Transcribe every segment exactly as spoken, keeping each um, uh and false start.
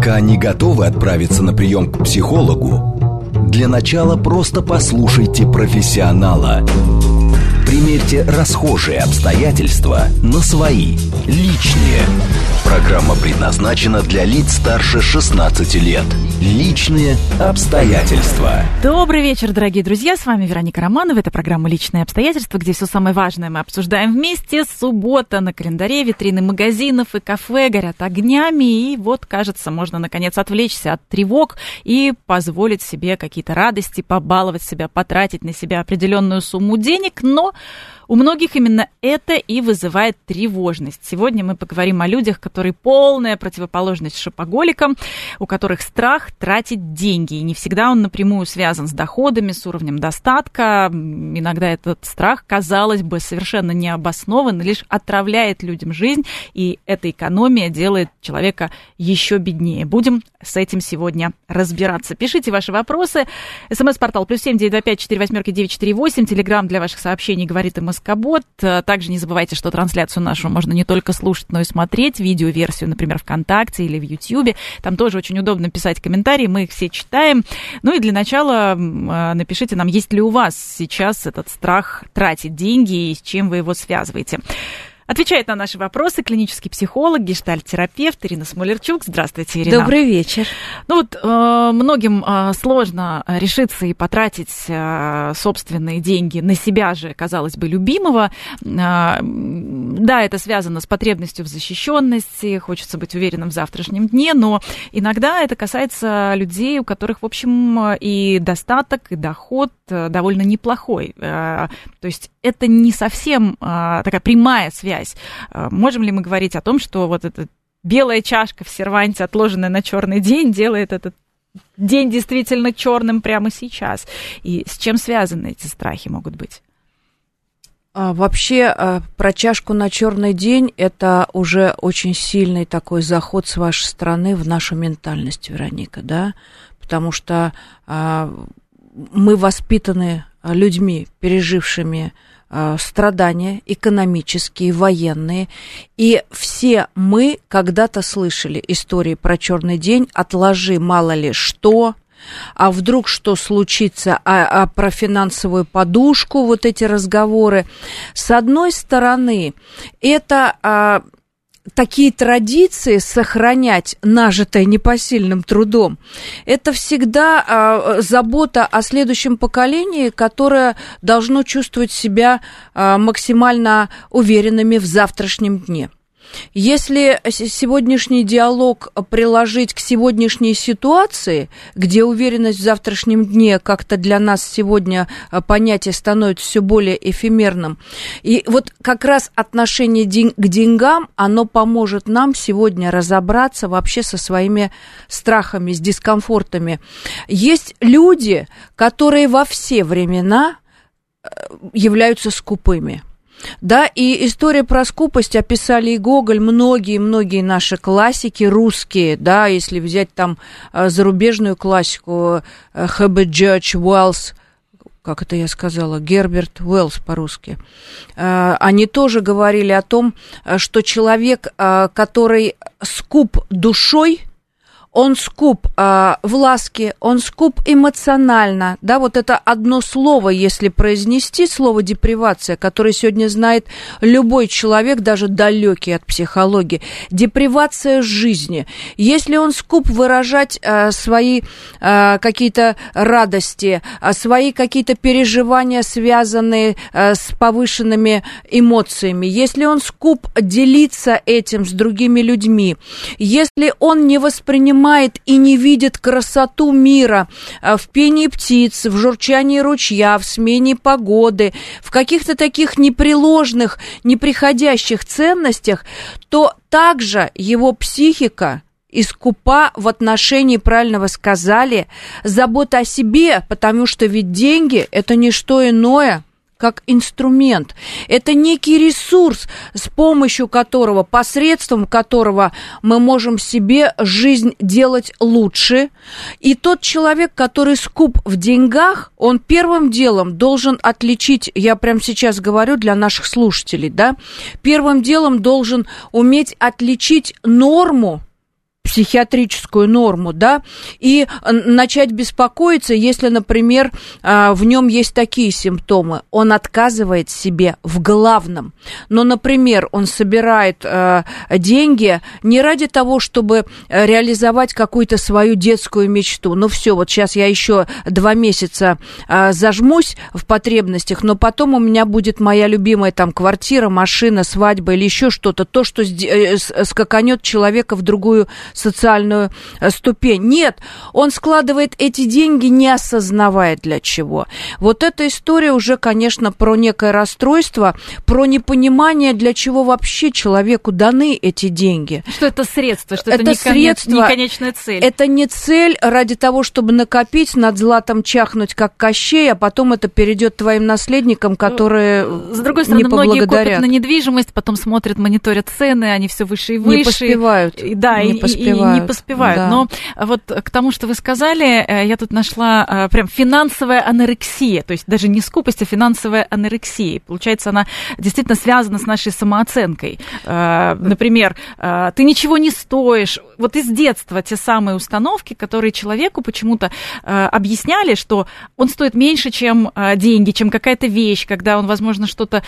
Пока не готовы отправиться на прием к психологу, для начала просто послушайте профессионала. Примерьте расхожие обстоятельства на свои, личные. Программа предназначена для лиц старше шестнадцати лет. Личные обстоятельства. Добрый вечер, дорогие друзья. С вами Вероника Романова. Это программа «Личные обстоятельства», где все самое важное мы обсуждаем вместе. Суббота на календаре, витрины магазинов и кафе горят огнями. И вот, кажется, можно, наконец, отвлечься от тревог и позволить себе какие-то радости, побаловать себя, потратить на себя определенную сумму денег. Но у многих именно это и вызывает тревожность. Сегодня мы поговорим о людях, которые полная противоположность шопоголикам, у которых страх тратить деньги. И не всегда он напрямую связан с доходами, с уровнем достатка. Иногда этот страх, казалось бы, совершенно необоснован, лишь отравляет людям жизнь, и эта экономия делает человека еще беднее. Будем с этим сегодня разбираться. Пишите ваши вопросы. СМС-портал плюс семь девятьсот двадцать пять четыре восемь девять четыре восемь. Телеграм для ваших сообщений говорит МСК-бот. Также не забывайте, что трансляцию нашу можно не только слушать, но и смотреть. Видеоверсию, например, ВКонтакте или в Ютьюбе. Там тоже очень удобно писать комментарии, мы их все читаем. Ну и для начала напишите нам, есть ли у вас сейчас этот страх тратить деньги и с чем вы его связываете. Отвечает на наши вопросы клинический психолог, гештальт-терапевт Ирина Смолерчук. Здравствуйте, Ирина. Добрый вечер. Ну вот э, многим э, сложно решиться и потратить э, собственные деньги на себя же, казалось бы, любимого. Э, да, это связано с потребностью в защищенности, хочется быть уверенным в завтрашнем дне, но иногда это касается людей, у которых, в общем, и достаток, и доход довольно неплохой. Э, то есть это не совсем э, такая прямая связь. Можем ли мы говорить о том, что вот эта белая чашка в серванте, отложенная на черный день, делает этот день действительно черным прямо сейчас? И с чем связаны эти страхи могут быть? А, вообще, а, про чашку на черный день это уже очень сильный такой заход с вашей стороны в нашу ментальность, Вероника, да? Потому что а, мы воспитаны людьми, пережившими страдания экономические, военные. И все мы когда-то слышали истории про черный день, отложи мало ли что, а вдруг что случится, а, а про финансовую подушку, вот эти разговоры. С одной стороны, это а, такие традиции сохранять, нажитое непосильным трудом, это всегда а, забота о следующем поколении, которое должно чувствовать себя а, максимально уверенными в завтрашнем дне. Если сегодняшний диалог приложить к сегодняшней ситуации, где уверенность в завтрашнем дне как-то для нас сегодня понятие становится все более эфемерным, и вот как раз отношение к деньгам, оно поможет нам сегодня разобраться вообще со своими страхами, с дискомфортами. Есть люди, которые во все времена являются скупыми. Да, и история про скупость описали и Гоголь, многие-многие наши классики русские, да, если взять там зарубежную классику, Х Б Джордж Уэллс, как это я сказала, Герберт Уэллс по-русски, они тоже говорили о том, что человек, который скуп душой, он скуп э, в ласке, он скуп эмоционально, да, вот это одно слово, если произнести, слово депривация, которое сегодня знает любой человек, даже далекий от психологии, депривация жизни. Если он скуп выражать э, свои э, какие-то радости, э, свои какие-то переживания, связанные э, с повышенными эмоциями, если он скуп делиться этим с другими людьми, если он не воспринимает и не видит красоту мира в пении птиц, в журчании ручья, в смене погоды, в каких-то таких непреложных, неприходящих ценностях, то также его психика и скупа в отношении, правильно вы сказали, забота о себе, потому что ведь деньги – это не что иное, как инструмент. Это некий ресурс, с помощью которого, посредством которого мы можем себе жизнь делать лучше. И тот человек, который скуп в деньгах, он первым делом должен отличить, я прямо сейчас говорю для наших слушателей, да, первым делом должен уметь отличить норму психиатрическую норму, да, и начать беспокоиться, если, например, в нем есть такие симптомы. Он отказывает себе в главном. Но, например, он собирает деньги не ради того, чтобы реализовать какую-то свою детскую мечту. Ну все, вот сейчас я еще два месяца зажмусь в потребностях, но потом у меня будет моя любимая там квартира, машина, свадьба или еще что-то, то, что скаканет человека в другую социальную ступень. Нет, он складывает эти деньги, не осознавая для чего. Вот эта история уже, конечно, про некое расстройство, про непонимание, для чего вообще человеку даны эти деньги. Что это средство, что это, это не, средство, конец, не конечная цель. Это не цель ради того, чтобы накопить, над златом чахнуть, как Кощей, а потом это перейдет твоим наследникам, которые С другой стороны, не многие копят на недвижимость, потом смотрят, мониторят цены, они все выше и выше. Не поспевают. И, да, не и, поспевают. И, и не поспевают. Да. Но вот к тому, что вы сказали, я тут нашла прям финансовая анорексия, то есть даже не скупость, а финансовая анорексия. Получается, она действительно связана с нашей самооценкой. Например, ты ничего не стоишь. Вот из детства те самые установки, которые человеку почему-то объясняли, что он стоит меньше, чем деньги, чем какая-то вещь, когда он, возможно, что-то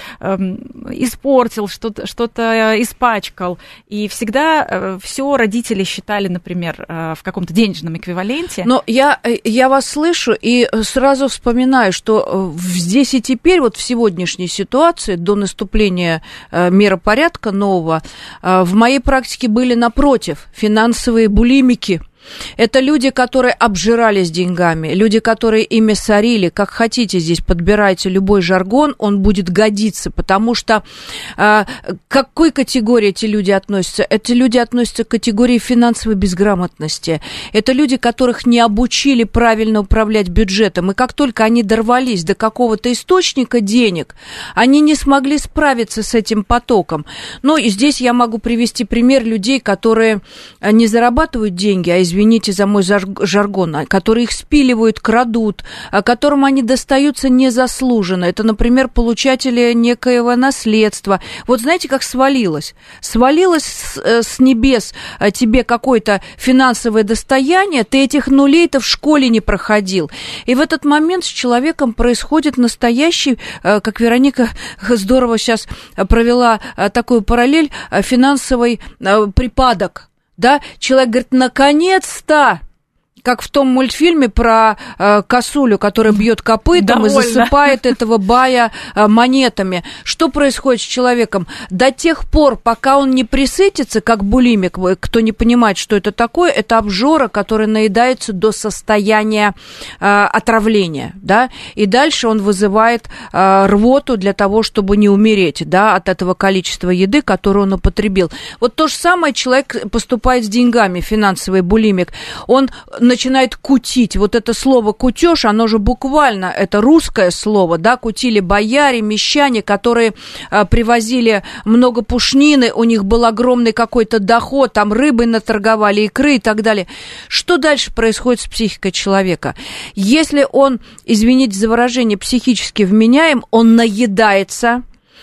испортил, что-то, что-то испачкал. И всегда все родители считали, например, в каком-то денежном эквиваленте. Но я, я вас слышу и сразу вспоминаю, что здесь и теперь, вот в сегодняшней ситуации, до наступления миропорядка нового, в моей практике были, напротив, финансовые булимики. Это люди, которые обжирались деньгами, люди, которые ими сорили, как хотите здесь подбирайте любой жаргон, он будет годиться, потому что э, к какой категории эти люди относятся? Эти люди относятся к категории финансовой безграмотности. Это люди, которых не обучили правильно управлять бюджетом, и как только они дорвались до какого-то источника денег, они не смогли справиться с этим потоком. Ну, и здесь я могу привести пример людей, которые не зарабатывают деньги, а извините, извините за мой жаргон, которые их спиливают, крадут, которым они достаются незаслуженно. Это, например, получатели некоего наследства. Вот знаете, как свалилось? Свалилось с, с небес тебе какое-то финансовое достояние, ты этих нулей-то в школе не проходил. И в этот момент с человеком происходит настоящий, как Вероника здорово сейчас провела такую параллель, финансовый припадок. Да, человек говорит, наконец-то, как в том мультфильме про э, косулю, которая бьет копытом Довольно. И засыпает этого бая э, монетами. Что происходит с человеком? До тех пор, пока он не присытится, как булимик, кто не понимает, что это такое, это обжора, которая наедается до состояния э, отравления, да, и дальше он вызывает э, рвоту для того, чтобы не умереть, да, от этого количества еды, которую он употребил. Вот то же самое человек поступает с деньгами, финансовый булимик. Он начинает кутить. Вот это слово «кутеж», оно же буквально, это русское слово, да, кутили бояре, мещане, которые а, привозили много пушнины, у них был огромный какой-то доход, там рыбой наторговали, икры и так далее. Что дальше происходит с психикой человека? Если он, извините за выражение, психически вменяем, он наедается,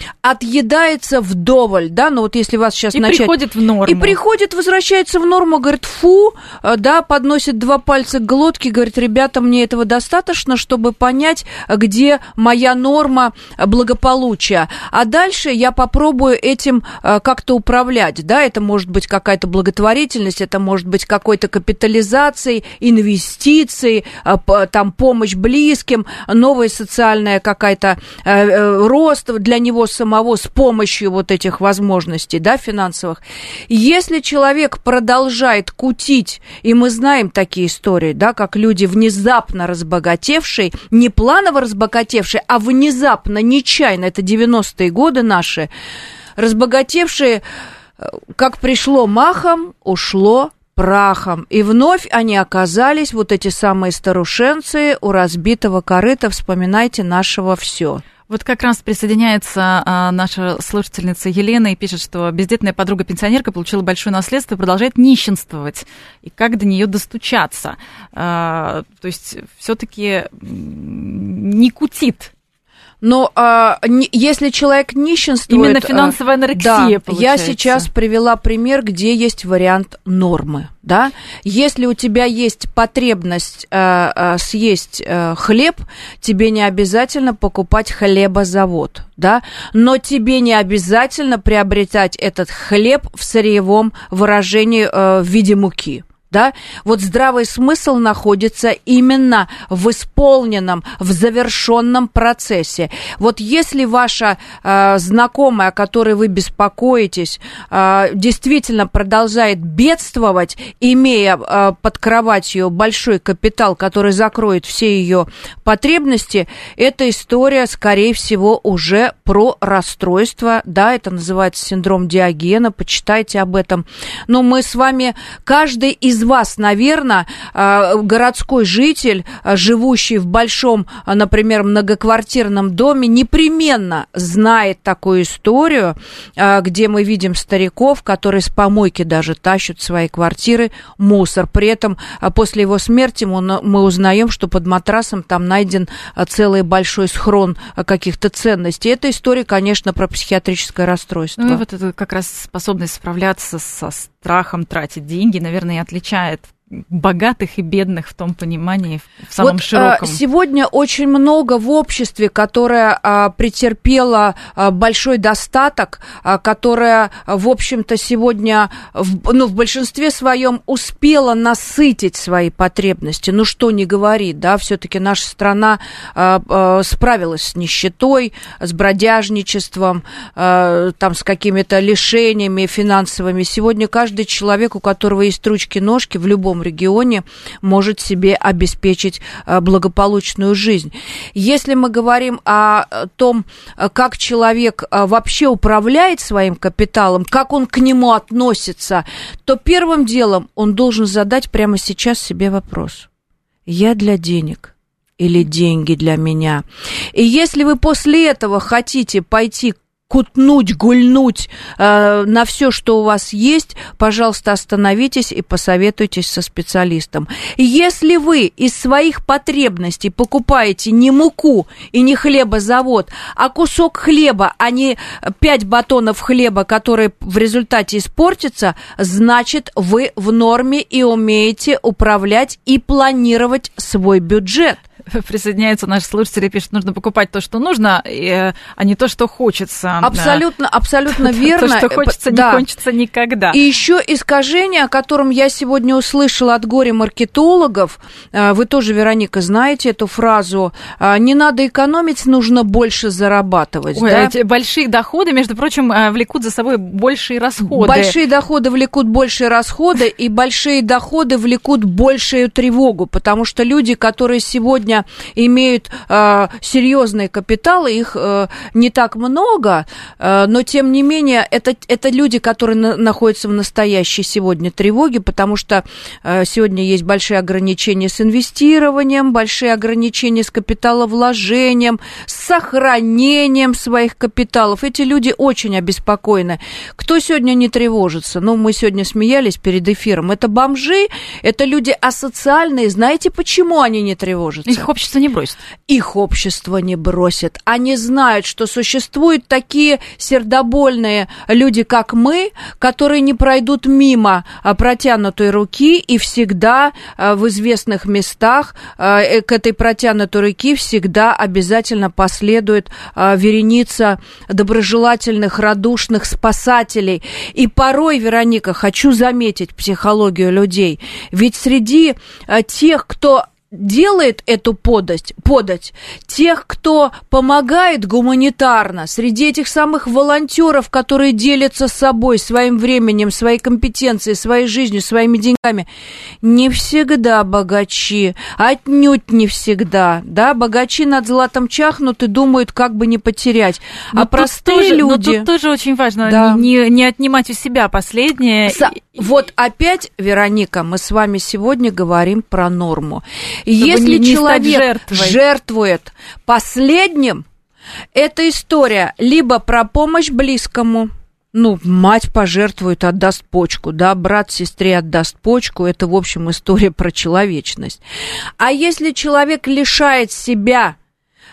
отъедается вдоволь, да, ну вот если вас сейчас и начать... И приходит в норму. И приходит, возвращается в норму, говорит, фу, да, подносит два пальца к глотке, говорит, ребята, мне этого достаточно, чтобы понять, где моя норма благополучия. А дальше я попробую этим как-то управлять, да, это может быть какая-то благотворительность, это может быть какой-то капитализацией, инвестицией, там, помощь близким, новая социальная какая-то рост для него самого с помощью вот этих возможностей, да, финансовых. Если человек продолжает кутить, и мы знаем такие истории, да, как люди внезапно разбогатевшие, не планово разбогатевшие, а внезапно, нечаянно, это девяностые годы наши, разбогатевшие, как пришло махом, ушло прахом. И вновь они оказались, вот эти самые старушенцы, у разбитого корыта, вспоминайте нашего все. Вот как раз присоединяется а, наша слушательница Елена и пишет, что бездетная подруга-пенсионерка получила большое наследство и продолжает нищенствовать. И как до нее достучаться? А, то есть все-таки не кутит. Но а, не, если человек нищенствует... Именно финансовая анорексия, да, получается. Я сейчас привела пример, где есть вариант нормы. Да? Если у тебя есть потребность а, а, съесть а, хлеб, тебе не обязательно покупать хлебозавод. Да? Но тебе не обязательно приобретать этот хлеб в сырьевом выражении а, в виде муки. Да? Вот здравый смысл находится именно в исполненном, в завершенном процессе. Вот если ваша э, знакомая, о которой вы беспокоитесь, э, действительно продолжает бедствовать, имея э, под кроватью большой капитал, который закроет все ее потребности, эта история, скорее всего, уже про расстройство. Да, это называется синдром Диогена, почитайте об этом. Но мы с вами, каждый из вас, наверное, городской житель, живущий в большом, например, многоквартирном доме, непременно знает такую историю, где мы видим стариков, которые с помойки даже тащат в свои квартиры мусор. При этом после его смерти мы узнаем, что под матрасом там найден целый большой схрон каких-то ценностей. Эта история, конечно, про психиатрическое расстройство. Ну и вот это как раз способность справляться со страхом тратить деньги, наверное, и отличает богатых и бедных в том понимании, в самом вот, широком. Сегодня очень много в обществе, которое а, претерпело а, большой достаток, а, которое, в общем-то, сегодня в, ну, в большинстве своем успело насытить свои потребности. Ну, что не говори, да, все-таки наша страна а, а, справилась с нищетой, с бродяжничеством, а, там, с какими-то лишениями финансовыми. Сегодня каждый человек, у которого есть ручки-ножки, в любом регионе может себе обеспечить благополучную жизнь. Если мы говорим о том, как человек вообще управляет своим капиталом, как он к нему относится, то первым делом он должен задать прямо сейчас себе вопрос: я для денег или деньги для меня? И если вы после этого хотите пойти кутнуть, гульнуть э, на все, что у вас есть, пожалуйста, остановитесь и посоветуйтесь со специалистом. Если вы из своих потребностей покупаете не муку и не хлебозавод, а кусок хлеба, а не пять батонов хлеба, которые в результате испортятся, значит, вы в норме и умеете управлять и планировать свой бюджет. Присоединяются наши слушатели, пишут, нужно покупать то, что нужно, а не то, что хочется. Абсолютно, абсолютно верно. То, что хочется, не да. кончится никогда. И еще искажение, о котором я сегодня услышала от горе-маркетологов, вы тоже, Вероника, знаете эту фразу: не надо экономить, нужно больше зарабатывать. Ой, да? Эти большие доходы, между прочим, влекут за собой большие расходы. Большие доходы влекут большие расходы, и большие доходы влекут большую тревогу, потому что люди, которые сегодня имеют э, серьезные капиталы, их э, не так много, э, но тем не менее это, это люди, которые на, находятся в настоящей сегодня тревоге, потому что э, сегодня есть большие ограничения с инвестированием, большие ограничения с капиталовложением, с сохранением своих капиталов. Эти люди очень обеспокоены. Кто сегодня не тревожится? Ну, мы сегодня смеялись перед эфиром. Это бомжи, это люди асоциальные. Знаете, почему они не тревожатся? Их общество не бросит. Их общество не бросит. Они знают, что существуют такие сердобольные люди, как мы, которые не пройдут мимо протянутой руки, и всегда в известных местах к этой протянутой руке всегда обязательно последует вереница доброжелательных, радушных спасателей. И порой, Вероника, хочу заметить психологию людей, ведь среди тех, кто делает эту подать, подать, тех, кто помогает гуманитарно, среди этих самых волонтеров, которые делятся с собой, своим временем, своей компетенцией, своей жизнью, своими деньгами, не всегда богачи, отнюдь не всегда, да, богачи над златом чахнут и думают, как бы не потерять, но а простые тоже, люди... Но тут тоже очень важно да. не, не отнимать у себя последнее. Со... Вот опять, Вероника, мы с вами сегодня говорим про норму. Если не, человек не жертвует последним, это история либо про помощь близкому, ну, мать пожертвует, отдаст почку, да, брат сестре отдаст почку, это, в общем, история про человечность. А если человек лишает себя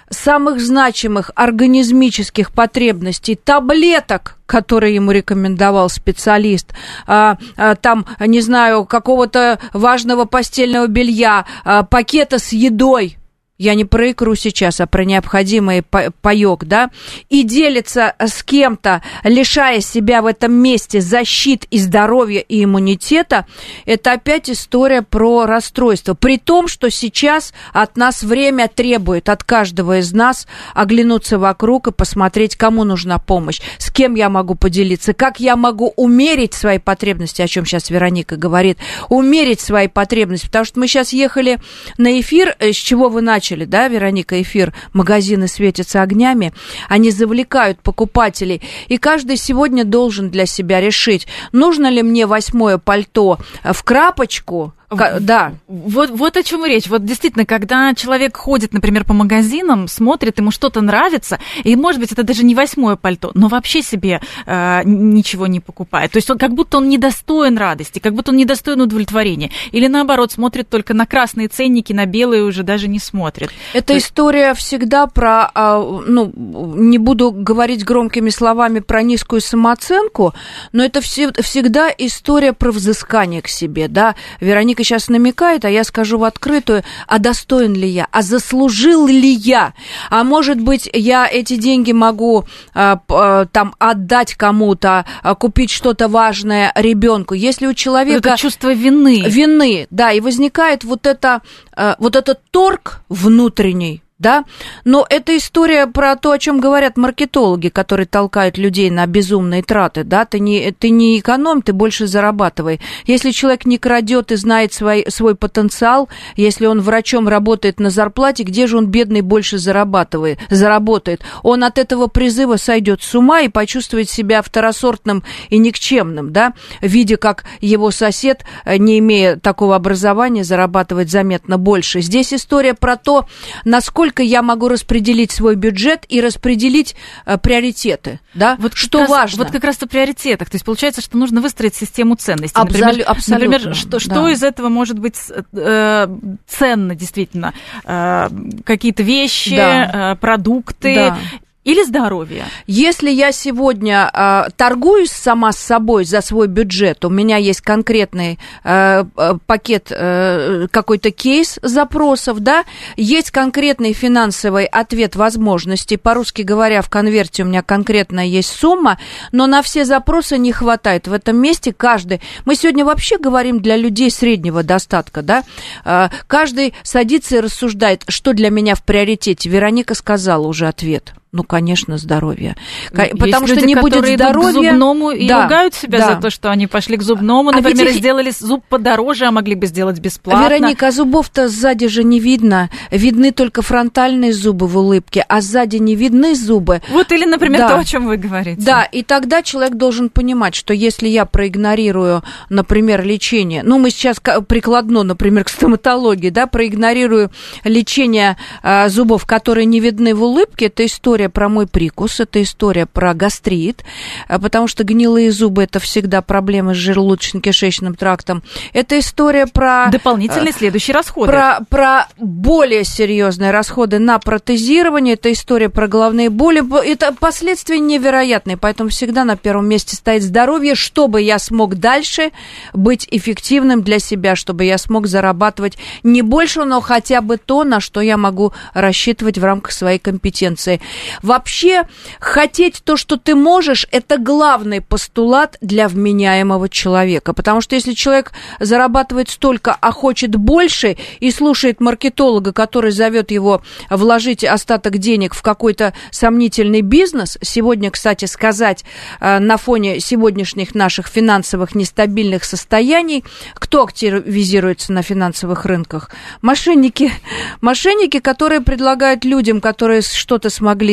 самых значимых организмических потребностей, таблеток, которые ему рекомендовал специалист, а, а, там, не знаю, какого-то важного постельного белья, а, пакета с едой, я не про икру сейчас, а про необходимый паёк, да, и делится с кем-то, лишая себя в этом месте защит и здоровья, и иммунитета, это опять история про расстройство. При том, что сейчас от нас время требует, от каждого из нас, оглянуться вокруг и посмотреть, кому нужна помощь, с кем я могу поделиться, как я могу умерить свои потребности, о чем сейчас Вероника говорит, умерить свои потребности, потому что мы сейчас ехали на эфир, с чего вы начали, да, Вероника, эфир, магазины светятся огнями, они завлекают покупателей, и каждый сегодня должен для себя решить, нужно ли мне восьмое пальто в крапочку. Да. Вот, вот о чем и речь. Вот действительно, когда человек ходит, например, по магазинам, смотрит, ему что-то нравится, и, может быть, это даже не восьмое пальто, но вообще себе э, ничего не покупает. То есть он как будто он недостоин радости, как будто он недостоин удовлетворения. Или наоборот, смотрит только на красные ценники, на белые уже даже не смотрит. Эта То история есть... всегда про, ну, не буду говорить громкими словами про низкую самооценку, но это всегда история про взыскание к себе, да. Вероника сейчас намекает, а я скажу в открытую, а достоин ли я, а заслужил ли я, а может быть, я эти деньги могу а, а, там отдать кому-то, а, купить что-то важное ребенку. Если у человека... Это чувство вины. Вины, да, и возникает вот это, а, вот этот торг внутренний, да, но это история про то, о чем говорят маркетологи, которые толкают людей на безумные траты, да, ты не, ты не экономь, ты больше зарабатывай. Если человек не крадет и знает свой, свой потенциал, если он врачом работает на зарплате, где же он, бедный, больше зарабатывает, заработает? Он от этого призыва сойдет с ума и почувствует себя второсортным и никчемным, да, видя, как его сосед, не имея такого образования, зарабатывает заметно больше. Здесь история про то, насколько я могу распределить свой бюджет и распределить э, приоритеты, да, вот что раз, важно. Вот как раз о приоритетах, то есть получается, что нужно выстроить систему ценностей. Абсолю- например, абсолютно, например, что, да. что из этого может быть э, ценно, действительно, э, какие-то вещи, да. э, продукты, да. Или здоровье. Если я сегодня э, торгуюсь сама с собой за свой бюджет, у меня есть конкретный э, пакет, э, какой-то кейс запросов, да, есть конкретный финансовый ответ возможностей, по-русски говоря, в конверте у меня конкретно есть сумма, но на все запросы не хватает. В этом месте каждый, мы сегодня вообще говорим для людей среднего достатка, да, э, каждый садится и рассуждает, что для меня в приоритете. Вероника сказала уже ответ. Ну, конечно, здоровье. Есть Потому люди, что не будет здоровья... к зубному и да, ругают себя да. за то, что они пошли к зубному, например, а их... и сделали зуб подороже, а могли бы сделать бесплатно. Вероника, а зубов-то сзади же не видно. Видны только фронтальные зубы в улыбке, а сзади не видны зубы. Вот или, например, да. то, о чем вы говорите. Да, и тогда человек должен понимать, что если я проигнорирую, например, лечение, ну, мы сейчас прикладно, например, к стоматологии, да, проигнорирую лечение а, зубов, которые не видны в улыбке, это история про мой прикус. Это история про гастрит, потому что гнилые зубы – это всегда проблемы с желудочно-кишечным трактом. Это история про... Дополнительные следующие расходы. Про, про более серьезные расходы на протезирование. Это история про головные боли. Это последствия невероятные, поэтому всегда на первом месте стоит здоровье, чтобы я смог дальше быть эффективным для себя, чтобы я смог зарабатывать не больше, но хотя бы то, на что я могу рассчитывать в рамках своей компетенции. Вообще, хотеть то, что ты можешь, это главный постулат для вменяемого человека. Потому что если человек зарабатывает столько, а хочет больше, и слушает маркетолога, который зовет его вложить остаток денег в какой-то сомнительный бизнес, сегодня, кстати, сказать, на фоне сегодняшних наших финансовых нестабильных состояний, кто активизируется на финансовых рынках? Мошенники. Мошенники, которые предлагают людям, которые что-то смогли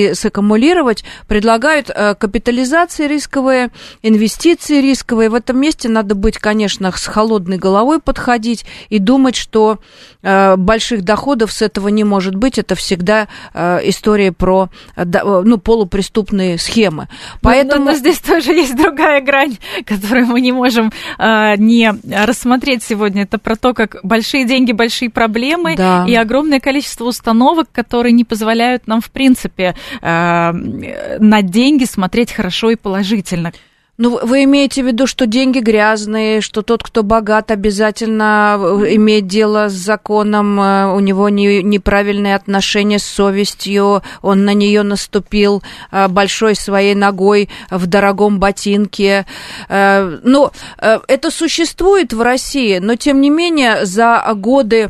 смогли саккумулировать, предлагают капитализации рисковые, инвестиции рисковые. В этом месте надо быть, конечно, с холодной головой подходить и думать, что больших доходов с этого не может быть. Это всегда история про, ну, полупреступные схемы. Поэтому... Но, но здесь тоже есть другая грань, которую мы не можем не рассмотреть сегодня. Это про то, как большие деньги, большие проблемы, да, и огромное количество установок, которые не позволяют нам, в принципе, на деньги смотреть хорошо и положительно. Ну, вы имеете в виду, что деньги грязные, что тот, кто богат, обязательно имеет дело с законом, у него не, неправильные отношения с совестью, он на нее наступил большой своей ногой в дорогом ботинке. Ну, это существует в России, но, тем не менее, за годы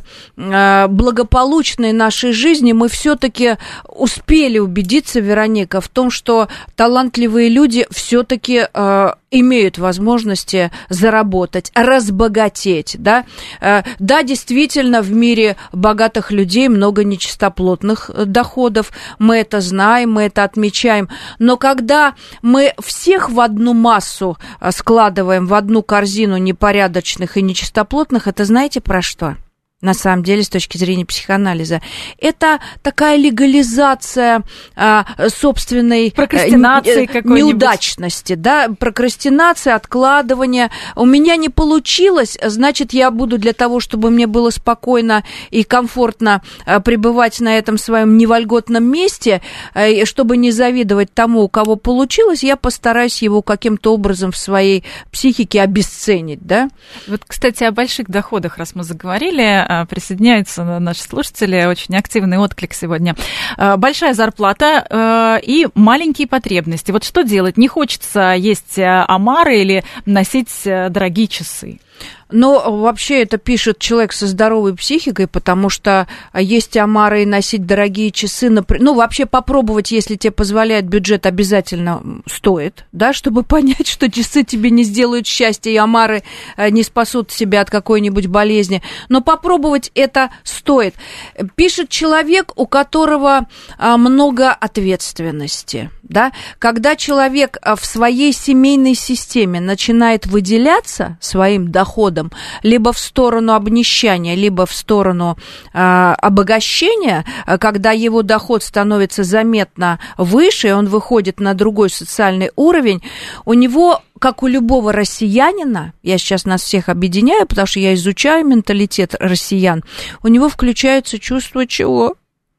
благополучной нашей жизни мы все-таки успели убедиться, Вероника, в том, что талантливые люди все-таки имеют возможности заработать, разбогатеть, да. Да, действительно, в мире богатых людей много нечистоплотных доходов, мы это знаем, мы это отмечаем, но когда мы всех в одну массу складываем, в одну корзину непорядочных и нечистоплотных, это знаете про что? На самом деле, с точки зрения психоанализа, это такая легализация а, собственной прокрастинации, а, неудачности, да, прокрастинация, откладывание. У меня не получилось, значит, я буду для того, чтобы мне было спокойно и комфортно а, пребывать на этом своем невольготном месте, а, чтобы не завидовать тому, у кого получилось, я постараюсь его каким-то образом в своей психике обесценить, да. Вот, кстати, о больших доходах, раз мы заговорили, присоединяются наши слушатели, очень активный отклик сегодня. Большая зарплата и маленькие потребности. Вот что делать? Не хочется есть омары или носить дорогие часы? Но вообще это пишет человек со здоровой психикой, потому что есть омары и носить дорогие часы. Ну, вообще попробовать, если тебе позволяет бюджет, обязательно стоит, да, чтобы понять, что часы тебе не сделают счастья, и омары не спасут тебя от какой-нибудь болезни. Но попробовать это стоит. Пишет человек, у которого много ответственности, да. Когда человек в своей семейной системе начинает выделяться своим доходом, либо в сторону обнищания, либо в сторону э, обогащения, когда его доход становится заметно выше, и он выходит на другой социальный уровень, у него, как у любого россиянина, я сейчас нас всех объединяю, потому что я изучаю менталитет россиян, у него включается чувство чего?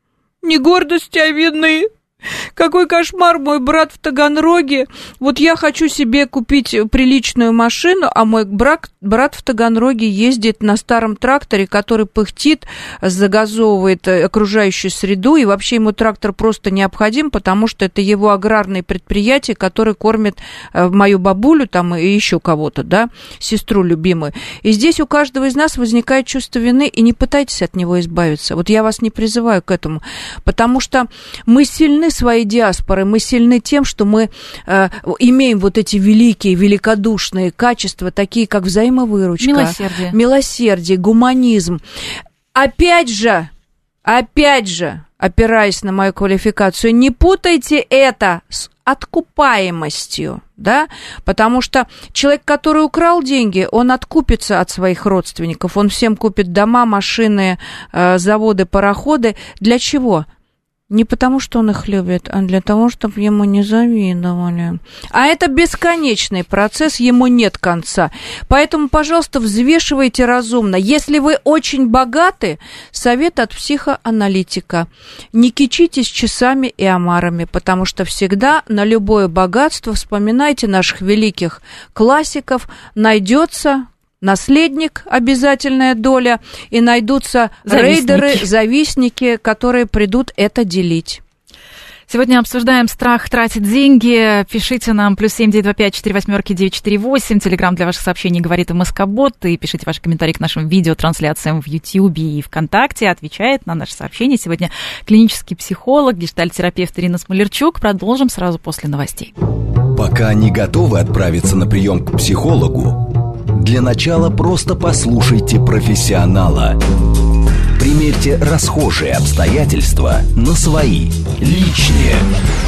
Не гордости, а вины. Какой кошмар, мой брат в Таганроге. Вот я хочу себе купить приличную машину, а мой брат, брат в Таганроге ездит на старом тракторе, который пыхтит, загазовывает окружающую среду, и вообще ему трактор просто необходим, потому что это его аграрное предприятие, которое кормит мою бабулю там и еще кого-то, да, сестру любимую. И здесь у каждого из нас возникает чувство вины, и не пытайтесь от него избавиться. Вот я вас не призываю к этому, потому что мы сильны своей диаспоры, мы сильны тем, что мы э, имеем вот эти великие, великодушные качества, такие как взаимовыручка, милосердие, милосердие, гуманизм. Опять же, опять же, опираясь на мою квалификацию, не путайте это с откупаемостью, да, потому что человек, который украл деньги, он откупится от своих родственников, он всем купит дома, машины, э, заводы, пароходы. Для чего? Не потому, что он их любит, а для того, чтобы ему не завидовали. А это бесконечный процесс, ему нет конца. Поэтому, пожалуйста, взвешивайте разумно. Если вы очень богаты, совет от психоаналитика. Не кичитесь часами и омарами, потому что всегда на любое богатство, вспоминайте наших великих классиков, найдется наследник, обязательная доля, и найдутся завистники. рейдеры, завистники, которые придут это делить. Сегодня обсуждаем страх тратить деньги. Пишите нам плюс семь девять два пять четыре восьмерки девять четыре восемь. Телеграм для ваших сообщений говорит МСК-бот. И пишите ваши комментарии к нашим видеотрансляциям в Ютьюбе и ВКонтакте. Отвечает на наши сообщения сегодня клинический психолог, гештальт-терапевт Ирина Смолерчук. Продолжим сразу после новостей. Пока не готовы отправиться на прием к психологу, для начала просто послушайте профессионала. Примерьте расхожие обстоятельства на свои, личные.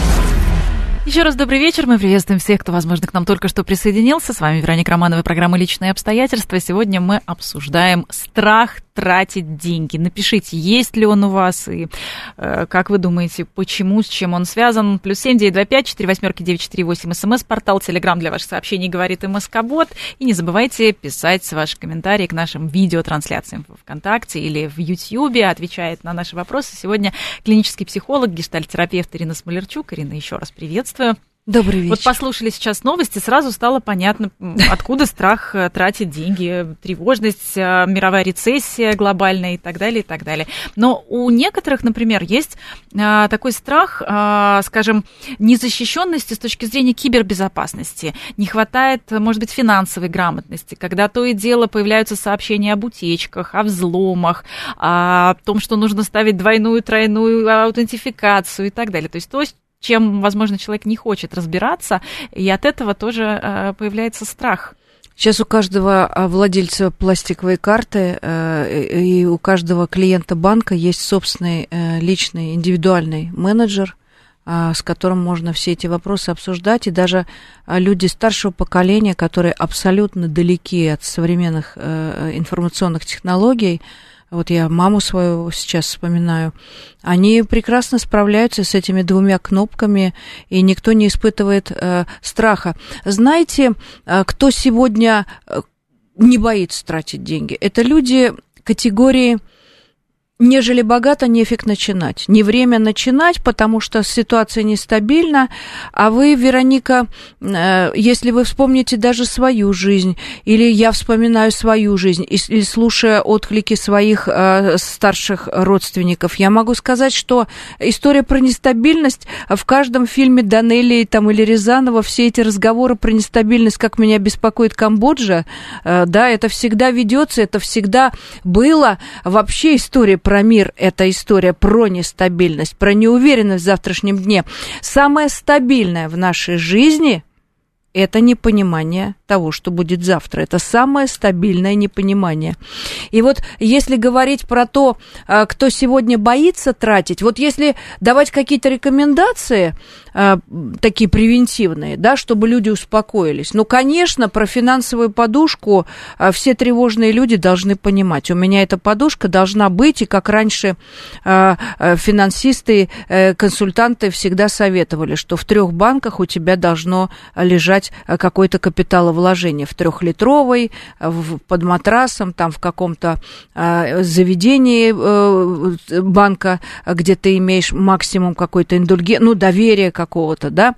Еще раз добрый вечер. Мы приветствуем всех, кто, возможно, к нам только что присоединился. С вами Вероника Романова, программа «Личные обстоятельства». Сегодня мы обсуждаем страх тратить деньги. Напишите, есть ли он у вас, и э, как вы думаете, почему, с чем он связан. Плюс семь девять два пять четыре восьмерки девять четыре восемь, смс-портал, телеграм для ваших сообщений говорит МСК-бот. И не забывайте писать ваши комментарии к нашим видеотрансляциям в ВКонтакте или в Ютьюбе. Отвечает на наши вопросы сегодня клинический психолог, гештальт-терапевт Ирина Смолерчук. Ирина, еще раз приветствую. Добрый вечер. Вот послушали сейчас новости, сразу стало понятно, откуда страх тратить деньги, тревожность, мировая рецессия глобальная и так далее, и так далее. Но у некоторых, например, есть такой страх, скажем, незащищенности с точки зрения кибербезопасности. Не хватает, может быть, финансовой грамотности, когда то и дело появляются сообщения об утечках, о взломах, о том, что нужно ставить двойную, тройную аутентификацию и так далее. То есть то, чем, возможно, человек не хочет разбираться, и от этого тоже э, появляется страх. Сейчас у каждого владельца пластиковой карты э, и у каждого клиента банка есть собственный э, личный индивидуальный менеджер, э, с которым можно все эти вопросы обсуждать, и даже люди старшего поколения, которые абсолютно далеки от современных э, информационных технологий, вот я маму свою сейчас вспоминаю, они прекрасно справляются с этими двумя кнопками, и никто не испытывает э, страха. Знаете, э, кто сегодня не боится тратить деньги? Это люди категории «нежели богато, нефиг начинать». Не время начинать, потому что ситуация нестабильна, а вы, Вероника, если вы вспомните даже свою жизнь, или я вспоминаю свою жизнь, или слушая отклики своих старших родственников, я могу сказать, что история про нестабильность в каждом фильме Данелии там, или Рязанова, все эти разговоры про нестабильность, как меня беспокоит Камбоджа, да, это всегда ведется, это всегда было. Вообще история про мир – это история про нестабильность, про неуверенность в завтрашнем дне. Самое стабильное в нашей жизни – это непонимание того, что будет завтра. Это самое стабильное непонимание. И вот если говорить про то, кто сегодня боится тратить, вот если давать какие-то рекомендации, такие превентивные, да, чтобы люди успокоились, ну, конечно, про финансовую подушку все тревожные люди должны понимать. У меня эта подушка должна быть, и как раньше финансисты, консультанты всегда советовали, что в трех банках у тебя должно лежать какое-то капиталовложение, в трехлитровой, под матрасом, там в каком-то заведении банка, где ты имеешь максимум какой-то индульгенции, ну, доверие какого-то, да.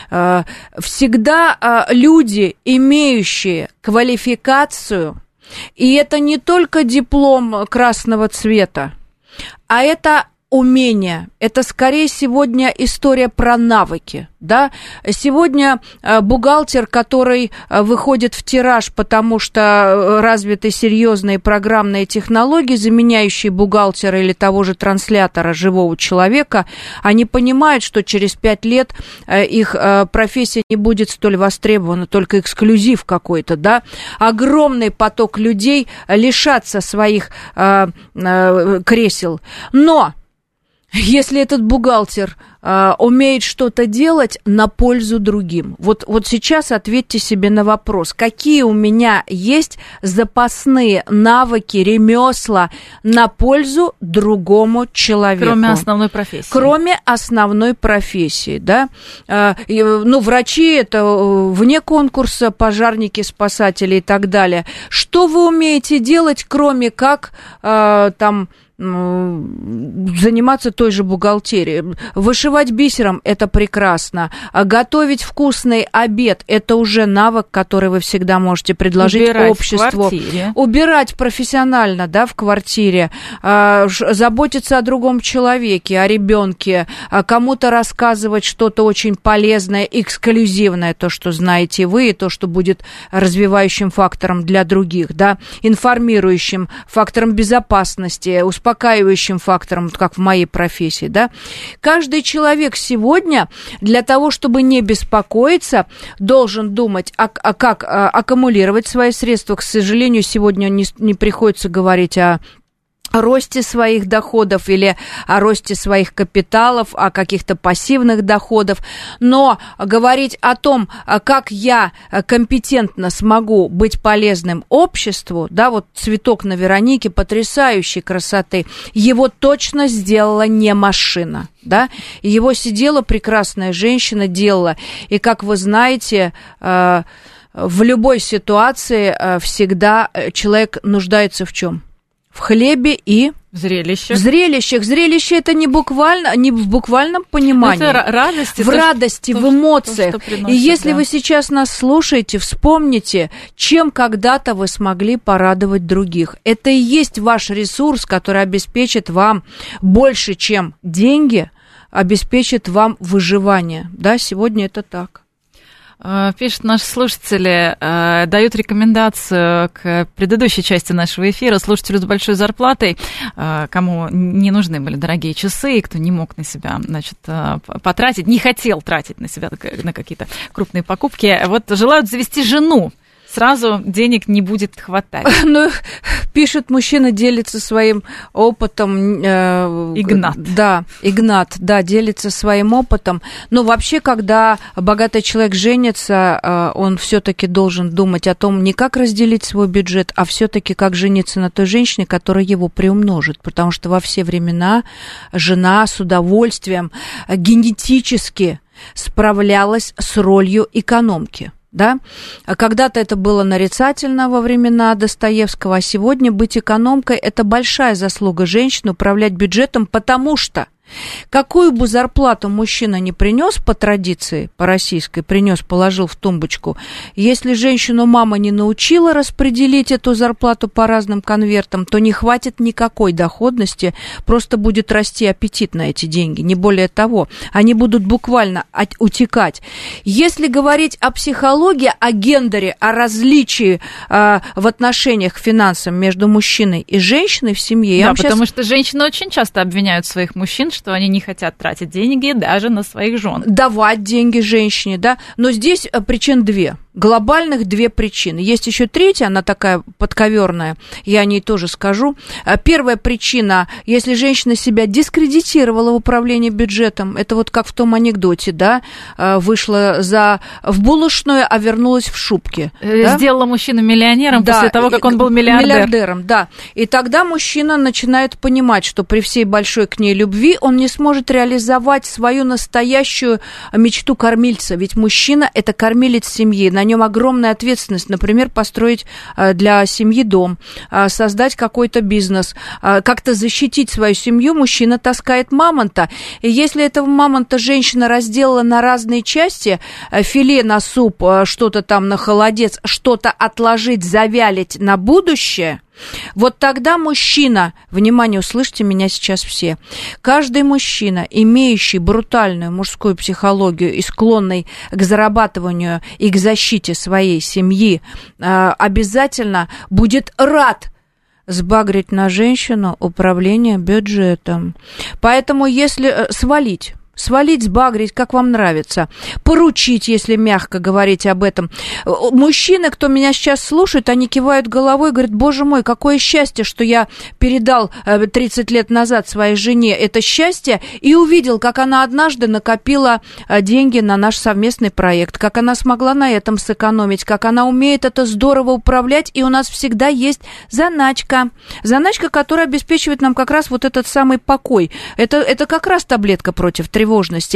Всегда люди, имеющие квалификацию, и это не только диплом красного цвета, а это умения. Это скорее сегодня история про навыки, да. Сегодня бухгалтер, который выходит в тираж, потому что развиты серьезные программные технологии, заменяющие бухгалтера или того же транслятора живого человека, они понимают, что через пять лет их профессия не будет столь востребована, только эксклюзив какой-то, да. Огромный поток людей лишатся своих кресел. Но если этот бухгалтер э, умеет что-то делать на пользу другим, вот, вот сейчас ответьте себе на вопрос, какие у меня есть запасные навыки, ремесла на пользу другому человеку. Кроме основной профессии. Кроме основной профессии, да. Э, ну, врачи, это вне конкурса, пожарники, спасатели и так далее. Что вы умеете делать, кроме как э, там... заниматься той же бухгалтерией. Вышивать бисером – это прекрасно. Готовить вкусный обед – это уже навык, который вы всегда можете предложить Убирать обществу. В квартире. Убирать профессионально, да, в квартире. Заботиться о другом человеке, о ребенке. Кому-то рассказывать что-то очень полезное, эксклюзивное, то, что знаете вы, и то, что будет развивающим фактором для других, да, информирующим фактором безопасности, успокоительным, успокаивающим фактором, как в моей профессии, да. Каждый человек сегодня для того, чтобы не беспокоиться, должен думать, а, а как а, аккумулировать свои средства. К сожалению, сегодня не, не приходится говорить о о росте своих доходов или о росте своих капиталов, о каких-то пассивных доходах, но говорить о том, как я компетентно смогу быть полезным обществу, да, вот цветок на Веронике потрясающей красоты, его точно сделала не машина, да, его сидела прекрасная женщина, делала, и, как вы знаете, в любой ситуации всегда человек нуждается в чем? В хлебе и в зрелищах. В зрелищах. Зрелище это не буквально, не в буквальном понимании. Это радость. В это радости, то, в эмоциях. То, приносит, и если да. вы сейчас нас слушаете, вспомните, чем когда-то вы смогли порадовать других. Это и есть ваш ресурс, который обеспечит вам больше, чем деньги, обеспечит вам выживание. Да, сегодня это так. Пишут наши слушатели, дают рекомендацию к предыдущей части нашего эфира слушателю с большой зарплатой, кому не нужны были дорогие часы, и кто не мог на себя, значит, потратить, не хотел тратить на себя на какие-то крупные покупки. Вот желают завести жену. Сразу денег не будет хватать. Ну, пишет, мужчина делится своим опытом. Э, Игнат. Да, Игнат, да, делится своим опытом. Но вообще, когда богатый человек женится, э, он все-таки должен думать о том, не как разделить свой бюджет, а все-таки как жениться на той женщине, которая его приумножит. Потому что во все времена жена с удовольствием генетически справлялась с ролью экономки. Да? Когда-то это было нарицательно во времена Достоевского, а сегодня быть экономкой – это большая заслуга женщины, управлять бюджетом, потому что какую бы зарплату мужчина не принес по традиции, по российской, принес, положил в тумбочку, если женщину мама не научила распределить эту зарплату по разным конвертам, то не хватит никакой доходности, просто будет расти аппетит на эти деньги, не более того. Они будут буквально утекать. Если говорить о психологии, о гендере, о различии э, в отношениях к финансам между мужчиной и женщиной в семье... Да, потому сейчас... что женщины очень часто обвиняют своих мужчин, что они не хотят тратить деньги даже на своих жен. Давать деньги женщине, да. Но здесь причин две. Глобальных две причины. Есть еще третья, она такая подковерная, я о ней тоже скажу. Первая причина, если женщина себя дискредитировала в управлении бюджетом, это вот как в том анекдоте, да, вышла за, в булочную, а вернулась в шубке. Сделала да? мужчину миллионером да, после того, как он был миллиардер. Миллиардером, да. И тогда мужчина начинает понимать, что при всей большой к ней любви он не сможет реализовать свою настоящую мечту кормильца, ведь мужчина – это кормилец семьи, на нем огромная ответственность, например, построить для семьи дом, создать какой-то бизнес, как-то защитить свою семью. Мужчина таскает мамонта, и если этого мамонта женщина разделала на разные части, филе на суп, что-то там на холодец, что-то отложить, завялить на будущее, вот тогда мужчина, внимание, услышьте меня сейчас все, каждый мужчина, имеющий брутальную мужскую психологию и склонный к зарабатыванию и к защите своей семьи, обязательно будет рад сбагрить на женщину управление бюджетом. Поэтому если свалить, свалить, сбагрить, как вам нравится, поручить, если мягко говорить об этом. Мужчины, кто меня сейчас слушает, они кивают головой и говорят: боже мой, какое счастье, что я передал тридцать лет назад своей жене это счастье и увидел, как она однажды накопила деньги на наш совместный проект, как она смогла на этом сэкономить, как она умеет это здорово управлять, и у нас всегда есть заначка. Заначка, которая обеспечивает нам как раз вот этот самый покой. Это, это как раз таблетка против тревожности.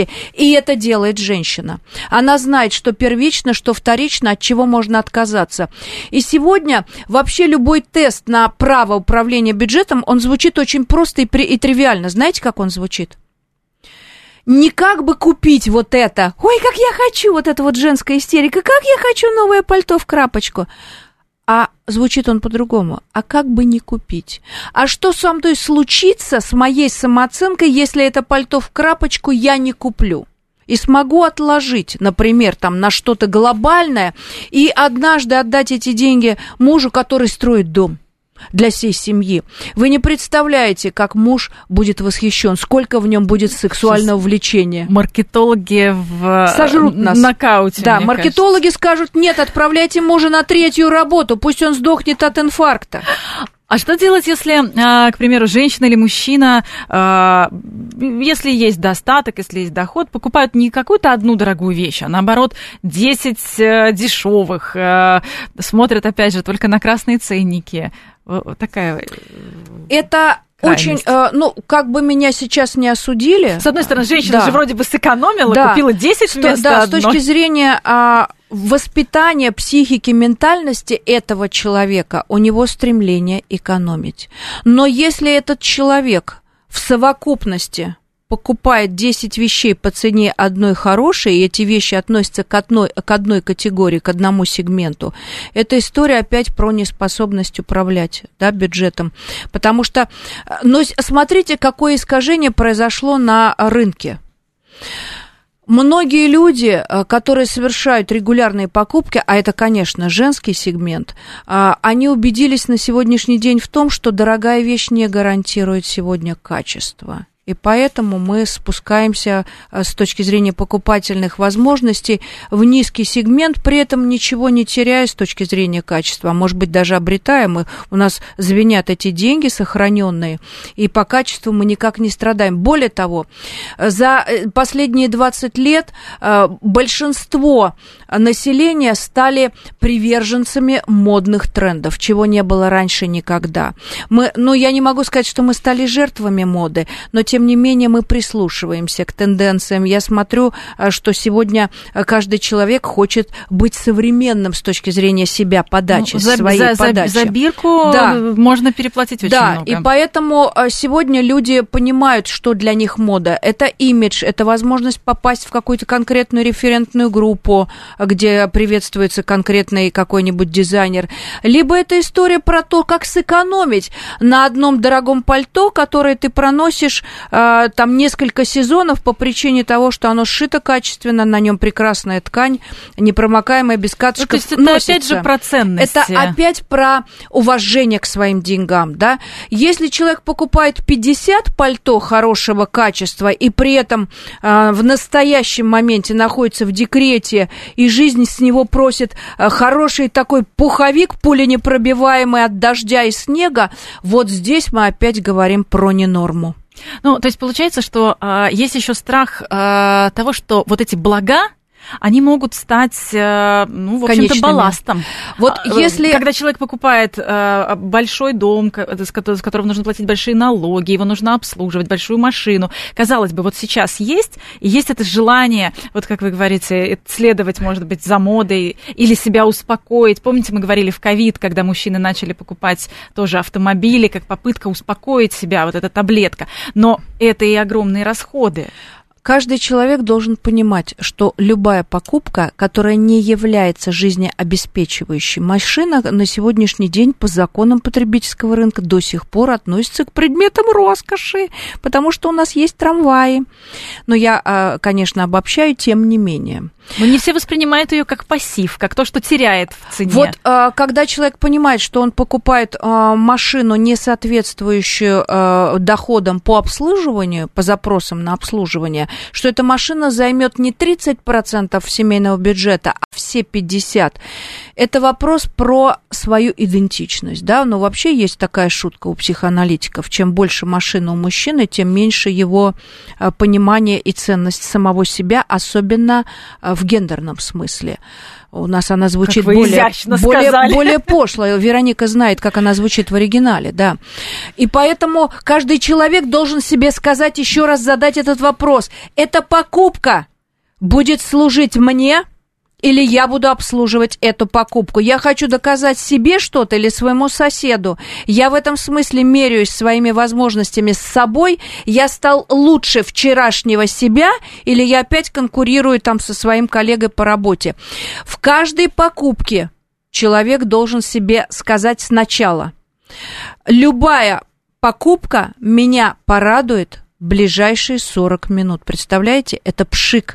И это делает женщина. Она знает, что первично, что вторично, от чего можно отказаться. И сегодня вообще любой тест на право управления бюджетом, он звучит очень просто и, при, и тривиально. Знаете, как он звучит? Не как бы купить вот это. Ой, как я хочу, вот это вот женская истерика. Как я хочу новое пальто в крапочку. А звучит он по-другому. А как бы не купить? А что со мной случится с моей самооценкой, если это пальто в крапочку я не куплю? И смогу отложить, например, там, на что-то глобальное и однажды отдать эти деньги мужу, который строит дом для всей семьи. Вы не представляете, как муж будет восхищен, сколько в нем будет сексуального влечения. Маркетологи в сожрут нас. Нокауте. Да, маркетологи кажется. Скажут: нет, отправляйте мужа на третью работу, пусть он сдохнет от инфаркта. А что делать, если, к примеру, женщина или мужчина, если есть достаток, если есть доход, покупают не какую-то одну дорогую вещь, а наоборот десять дешевых, смотрят, опять же, только на красные ценники. Такая... Это... Очень, э, ну, как бы меня сейчас не осудили. С одной стороны, женщина да. же вроде бы сэкономила, да. купила десять вместо Да, одной. с точки зрения э, воспитания психики, ментальности этого человека, у него стремление экономить. Но если этот человек в совокупности покупает десять вещей по цене одной хорошей, и эти вещи относятся к одной, к одной категории, к одному сегменту, эта история опять про неспособность управлять, да, бюджетом. Потому что, ну, смотрите, какое искажение произошло на рынке. Многие люди, которые совершают регулярные покупки, а это, конечно, женский сегмент, они убедились на сегодняшний день в том, что дорогая вещь не гарантирует сегодня качество. И поэтому мы спускаемся с точки зрения покупательных возможностей в низкий сегмент, при этом ничего не теряя с точки зрения качества, а может быть даже обретаем. И у нас звенят эти деньги сохраненные, и по качеству мы никак не страдаем. Более того, за последние двадцать лет большинство населения стали приверженцами модных трендов, чего не было раньше никогда. Мы, ну, я не могу сказать, что мы стали жертвами моды, но тем не менее мы прислушиваемся к тенденциям. Я смотрю, что сегодня каждый человек хочет быть современным с точки зрения себя, подачи, ну, за, своей за, подачи. За, за бирку да. можно переплатить очень да, много. Да, и поэтому сегодня люди понимают, что для них мода. Это имидж, это возможность попасть в какую-то конкретную референтную группу, где приветствуется конкретный какой-нибудь дизайнер. Либо это история про то, как сэкономить на одном дорогом пальто, которое ты проносишь там несколько сезонов по причине того, что оно сшито качественно, на нем прекрасная ткань, непромокаемая, без катышков. Ну, то есть это носится. Опять же про ценности. Это опять про уважение к своим деньгам, да. Если человек покупает пятьдесят пальто хорошего качества и при этом э, в настоящем моменте находится в декрете и жизнь с него просит э, хороший такой пуховик, пуленепробиваемый от дождя и снега, вот здесь мы опять говорим про ненорму. Ну, то есть получается, что э, есть еще страх э, того, что вот эти блага, они могут стать, ну, в общем-то, балластом. Вот если... Когда человек покупает большой дом, с которого нужно платить большие налоги, его нужно обслуживать, большую машину, казалось бы, вот сейчас есть, и есть это желание, вот как вы говорите, следовать, может быть, за модой или себя успокоить. Помните, мы говорили в ковид, когда мужчины начали покупать тоже автомобили, как попытка успокоить себя, вот эта таблетка. Но это и огромные расходы. Каждый человек должен понимать, что любая покупка, которая не является жизнеобеспечивающей, машина на сегодняшний день по законам потребительского рынка до сих пор относится к предметам роскоши, потому что у нас есть трамваи. Но я, конечно, обобщаю, тем не менее. Но не все воспринимают ее как пассив, как то, что теряет в цене. Вот когда человек понимает, что он покупает машину, не соответствующую доходам по обслуживанию, по запросам на обслуживание, что эта машина займет не тридцать процентов семейного бюджета, а все пятьдесят процентов. Это вопрос про свою идентичность, да, но вообще есть такая шутка у психоаналитиков: чем больше машины у мужчины, тем меньше его понимание и ценность самого себя, особенно в гендерном смысле. У нас она звучит более, более, более пошло. Вероника знает, как она звучит в оригинале, да. И поэтому каждый человек должен себе сказать, еще раз задать этот вопрос: эта покупка будет служить мне, или я буду обслуживать эту покупку? Я хочу доказать себе что-то или своему соседу? Я в этом смысле меряюсь своими возможностями с собой? Я стал лучше вчерашнего себя? Или я опять конкурирую там со своим коллегой по работе? В каждой покупке человек должен себе сказать сначала: любая покупка меня порадует в ближайшие сорок минут. Представляете? Это пшик.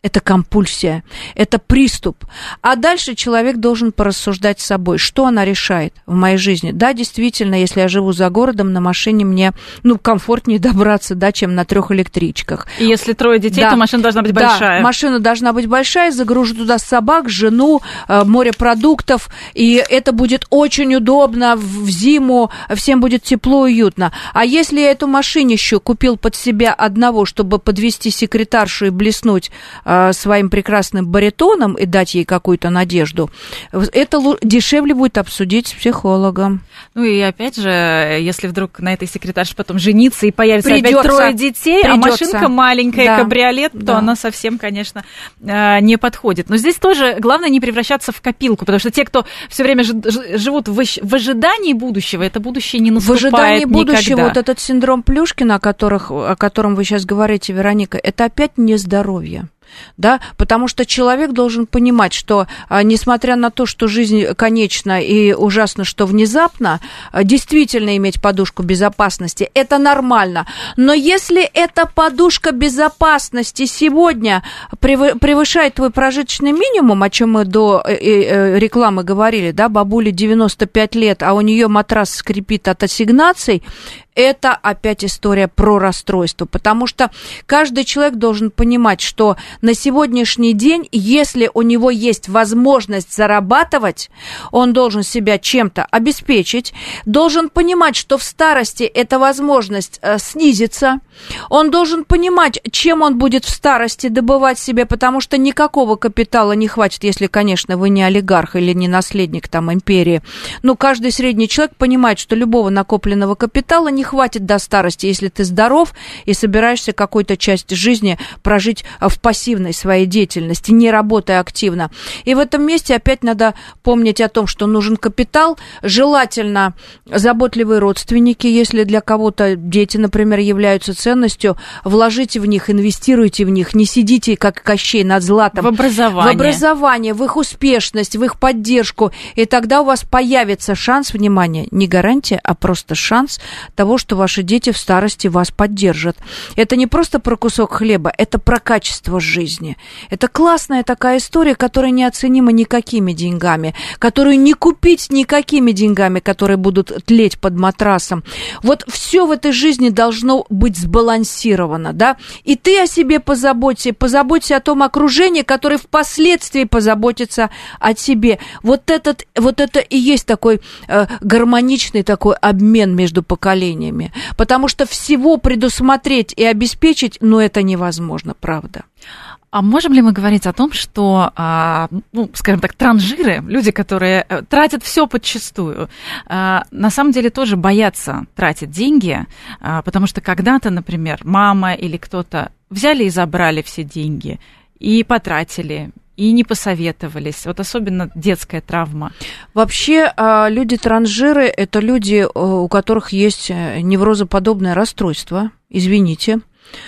это компульсия, это приступ. А дальше человек должен порассуждать с собой, что она решает в моей жизни. Да, действительно, если я живу за городом, на машине мне, ну, комфортнее добраться, да, чем на трех электричках. И если трое детей, да, то машина должна быть да, большая. Машина должна быть большая, загружу туда собак, жену, морепродуктов, и это будет очень удобно в зиму, всем будет тепло и уютно. А если я эту машинищу купил под себя одного, чтобы подвести секретаршу и блеснуть своим прекрасным баритоном и дать ей какую-то надежду, это дешевле будет обсудить с психологом. Ну и опять же, если вдруг на этой секретарше потом жениться и появится придётся, опять трое детей, придётся. А машинка маленькая, да, кабриолет, то да. она совсем, конечно, не подходит. Но здесь тоже главное не превращаться в копилку, потому что те, кто все время живут в ожидании будущего, это будущее не наступает никогда. В ожидании будущего вот этот синдром Плюшкина, о, которых, о котором вы сейчас говорите, Вероника, это опять нездоровье. Да, потому что человек должен понимать, что, несмотря на то, что жизнь конечна и ужасно, что внезапно, действительно иметь подушку безопасности – это нормально. Но если эта подушка безопасности сегодня превышает твой прожиточный минимум, о чем мы до рекламы говорили, да, бабуле девяносто пять лет, а у нее матрас скрипит от ассигнаций, это опять история про расстройство, потому что каждый человек должен понимать, что на сегодняшний день, если у него есть возможность зарабатывать, он должен себя чем-то обеспечить, должен понимать, что в старости эта возможность э, снизится, он должен понимать, чем он будет в старости добывать себе, потому что никакого капитала не хватит, если, конечно, вы не олигарх или не наследник там империи. Но каждый средний человек понимает, что любого накопленного капитала не хватит до старости, если ты здоров и собираешься какую-то часть жизни прожить в пассивной своей деятельности, не работая активно. И в этом месте опять надо помнить о том, что нужен капитал, желательно заботливые родственники, если для кого-то дети, например, являются ценностью, вложите в них, инвестируйте в них, не сидите, как Кощей над златом. В образование. В образование, в их успешность, в их поддержку, и тогда у вас появится шанс, внимание, не гарантия, а просто шанс того, что ваши дети в старости вас поддержат. Это не просто про кусок хлеба, это про качество жизни. Это классная такая история, которая неоценима никакими деньгами, которую не купить никакими деньгами, которые будут тлеть под матрасом. Вот все в этой жизни должно быть сбалансировано, да? И ты о себе позаботься, позаботься о том окружении, которое впоследствии позаботится о тебе. Вот, этот, вот это и есть такой э, гармоничный такой обмен между поколениями. Потому что всего предусмотреть и обеспечить, ну, это невозможно, правда. А можем ли мы говорить о том, что, ну, скажем так, транжиры, люди, которые тратят все подчистую, на самом деле тоже боятся тратить деньги, потому что когда-то, например, мама или кто-то взяли и забрали все деньги и потратили, и не посоветовались. Вот особенно детская травма. Вообще, люди-транжиры – это люди, у которых есть неврозоподобное расстройство, извините,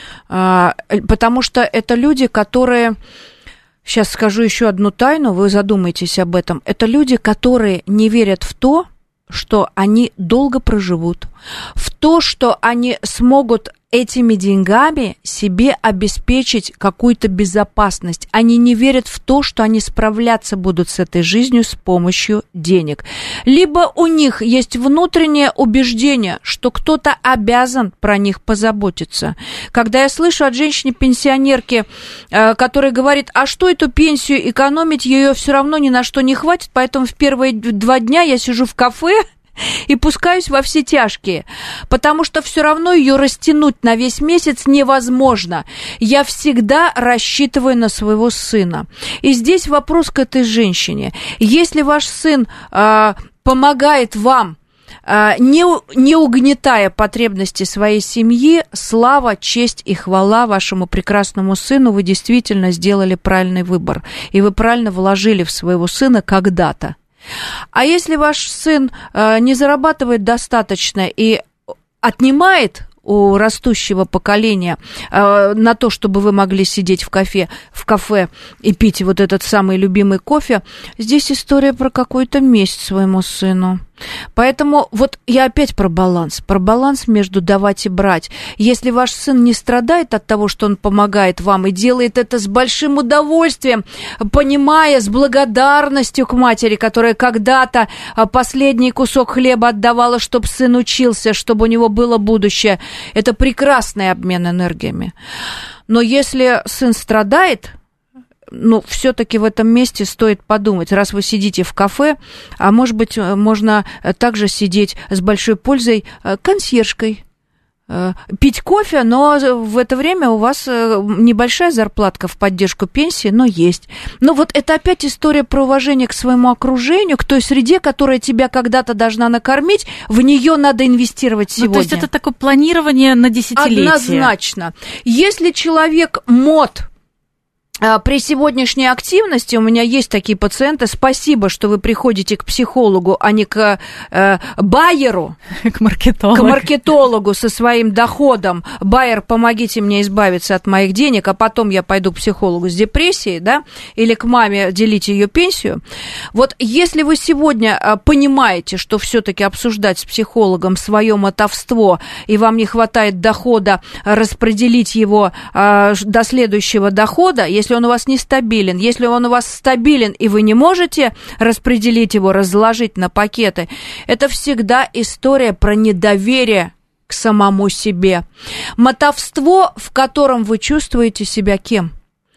потому что это люди, которые... Сейчас скажу еще одну тайну, вы задумаетесь об этом. Это люди, которые не верят в то, что они долго проживут, в то, что они смогут этими деньгами себе обеспечить какую-то безопасность. Они не верят в то, что они справляться будут с этой жизнью с помощью денег. Либо у них есть внутреннее убеждение, что кто-то обязан про них позаботиться. Когда я слышу от женщины-пенсионерки, которая говорит, а что эту пенсию экономить, ее все равно ни на что не хватит, поэтому в первые два дня я сижу в кафе и пускаюсь во все тяжкие, потому что все равно ее растянуть на весь месяц невозможно. Я всегда рассчитываю на своего сына. И здесь вопрос к этой женщине. Если ваш сын э, помогает вам, э, не, не угнетая потребности своей семьи, слава, честь и хвала вашему прекрасному сыну, вы действительно сделали правильный выбор, и вы правильно вложили в своего сына когда-то. А если ваш сын э, не зарабатывает достаточно и отнимает у растущего поколения э, на то, чтобы вы могли сидеть в кафе, в кафе и пить вот этот самый любимый кофе, здесь история про какую-то месть своему сыну. Поэтому вот я опять про баланс, про баланс между давать и брать. Если ваш сын не страдает от того, что он помогает вам и делает это с большим удовольствием, понимая, с благодарностью к матери, которая когда-то последний кусок хлеба отдавала, чтобы сын учился, чтобы у него было будущее, это прекрасный обмен энергиями. Но если сын страдает, ну, все-таки в этом месте стоит подумать, раз вы сидите в кафе, а может быть, можно также сидеть с большой пользой консьержкой, пить кофе, но в это время у вас небольшая зарплатка в поддержку пенсии, но есть. Но вот это опять история про уважение к своему окружению, к той среде, которая тебя когда-то должна накормить, в нее надо инвестировать сегодня. Ну, то есть это такое планирование на десятилетие. Однозначно. Если человек мод... При сегодняшней активности у меня есть такие пациенты. Спасибо, что вы приходите к психологу, а не к э, байеру, к маркетологу. к маркетологу со своим доходом. Байер, помогите мне избавиться от моих денег, а потом я пойду к психологу с депрессией, да, или к маме делить ее пенсию. Вот если вы сегодня понимаете, что все-таки обсуждать с психологом свое мотовство, и вам не хватает дохода распределить его э, до следующего дохода, если Если он у вас нестабилен, если он у вас стабилен, и вы не можете распределить его, разложить на пакеты, это всегда история про недоверие к самому себе. Мотовство, в котором вы чувствуете себя кем?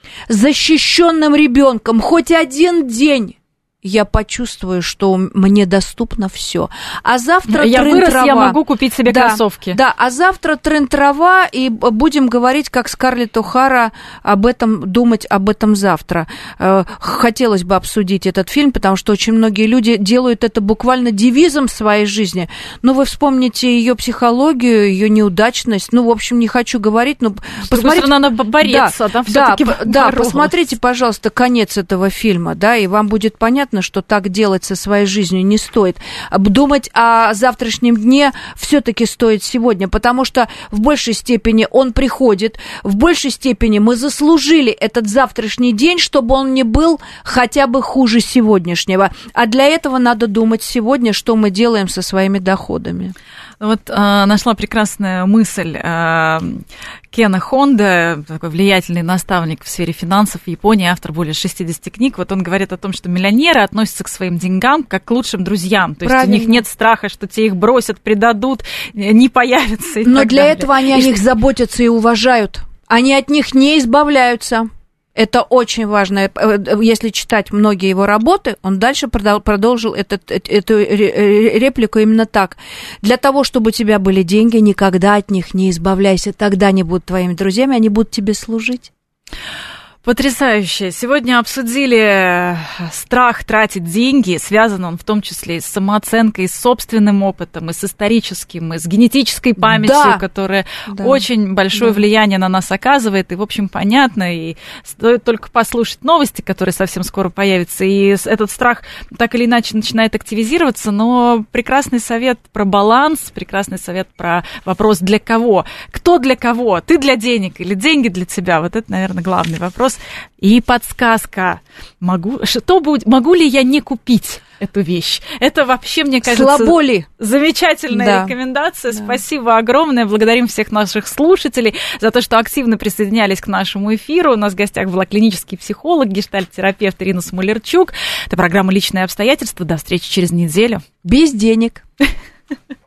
Защищенным ребенком. Хоть один день я почувствую, что мне доступно все. А завтра я трын-трава. вырос, я могу купить себе да, кроссовки. Да, а завтра трын-трава, и будем говорить, как Скарлетт О'Хара, об этом, думать об этом завтра. Хотелось бы обсудить этот фильм, потому что очень многие люди делают это буквально девизом своей жизни. Но вы вспомните ее психологию, ее неудачность. Ну, в общем, не хочу говорить, но с посмотрите. Она борец, да, а там да, всё-таки да, посмотрите, пожалуйста, конец этого фильма, да, и вам будет понятно, что так делать со своей жизнью не стоит. Думать о завтрашнем дне все-таки стоит сегодня, потому что в большей степени он приходит, в большей степени мы заслужили этот завтрашний день, чтобы он не был хотя бы хуже сегодняшнего. А для этого надо думать сегодня, что мы делаем со своими доходами. Вот э, нашла прекрасную мысль э, Кена Хонда, такой влиятельный наставник в сфере финансов в Японии, автор более шестидесяти книг. Вот он говорит о том, что миллионеры относятся к своим деньгам как к лучшим друзьям. То есть у них нет страха, что те их бросят, предадут, не появятся и Но так для далее. этого они и о них что... заботятся и уважают. Они от них не избавляются. Это очень важно. Если читать многие его работы, он дальше продолжил этот, эту реплику именно так. Для того, чтобы у тебя были деньги, никогда от них не избавляйся. Тогда они будут твоими друзьями, они будут тебе служить. Потрясающе. Сегодня обсудили страх тратить деньги. Связан он в том числе и с самооценкой, и с собственным опытом, и с историческим, и с генетической памятью, да. которая да. очень большое да. влияние на нас оказывает. И, в общем, понятно. И стоит только послушать новости, которые совсем скоро появятся. И этот страх так или иначе начинает активизироваться. Но прекрасный совет про баланс, прекрасный совет про вопрос «для кого?». Кто для кого? Ты для денег или деньги для тебя? Вот это, наверное, главный вопрос. И подсказка. Могу, что будет, могу ли я не купить эту вещь? Это вообще, мне кажется, слабо ли? Замечательная да. рекомендация. Да. Спасибо огромное. Благодарим всех наших слушателей за то, что активно присоединялись к нашему эфиру. У нас в гостях была клинический психолог, гештальт-терапевт Ирина Смолерчук. Это программа «Личные обстоятельства». До встречи через неделю. Без денег.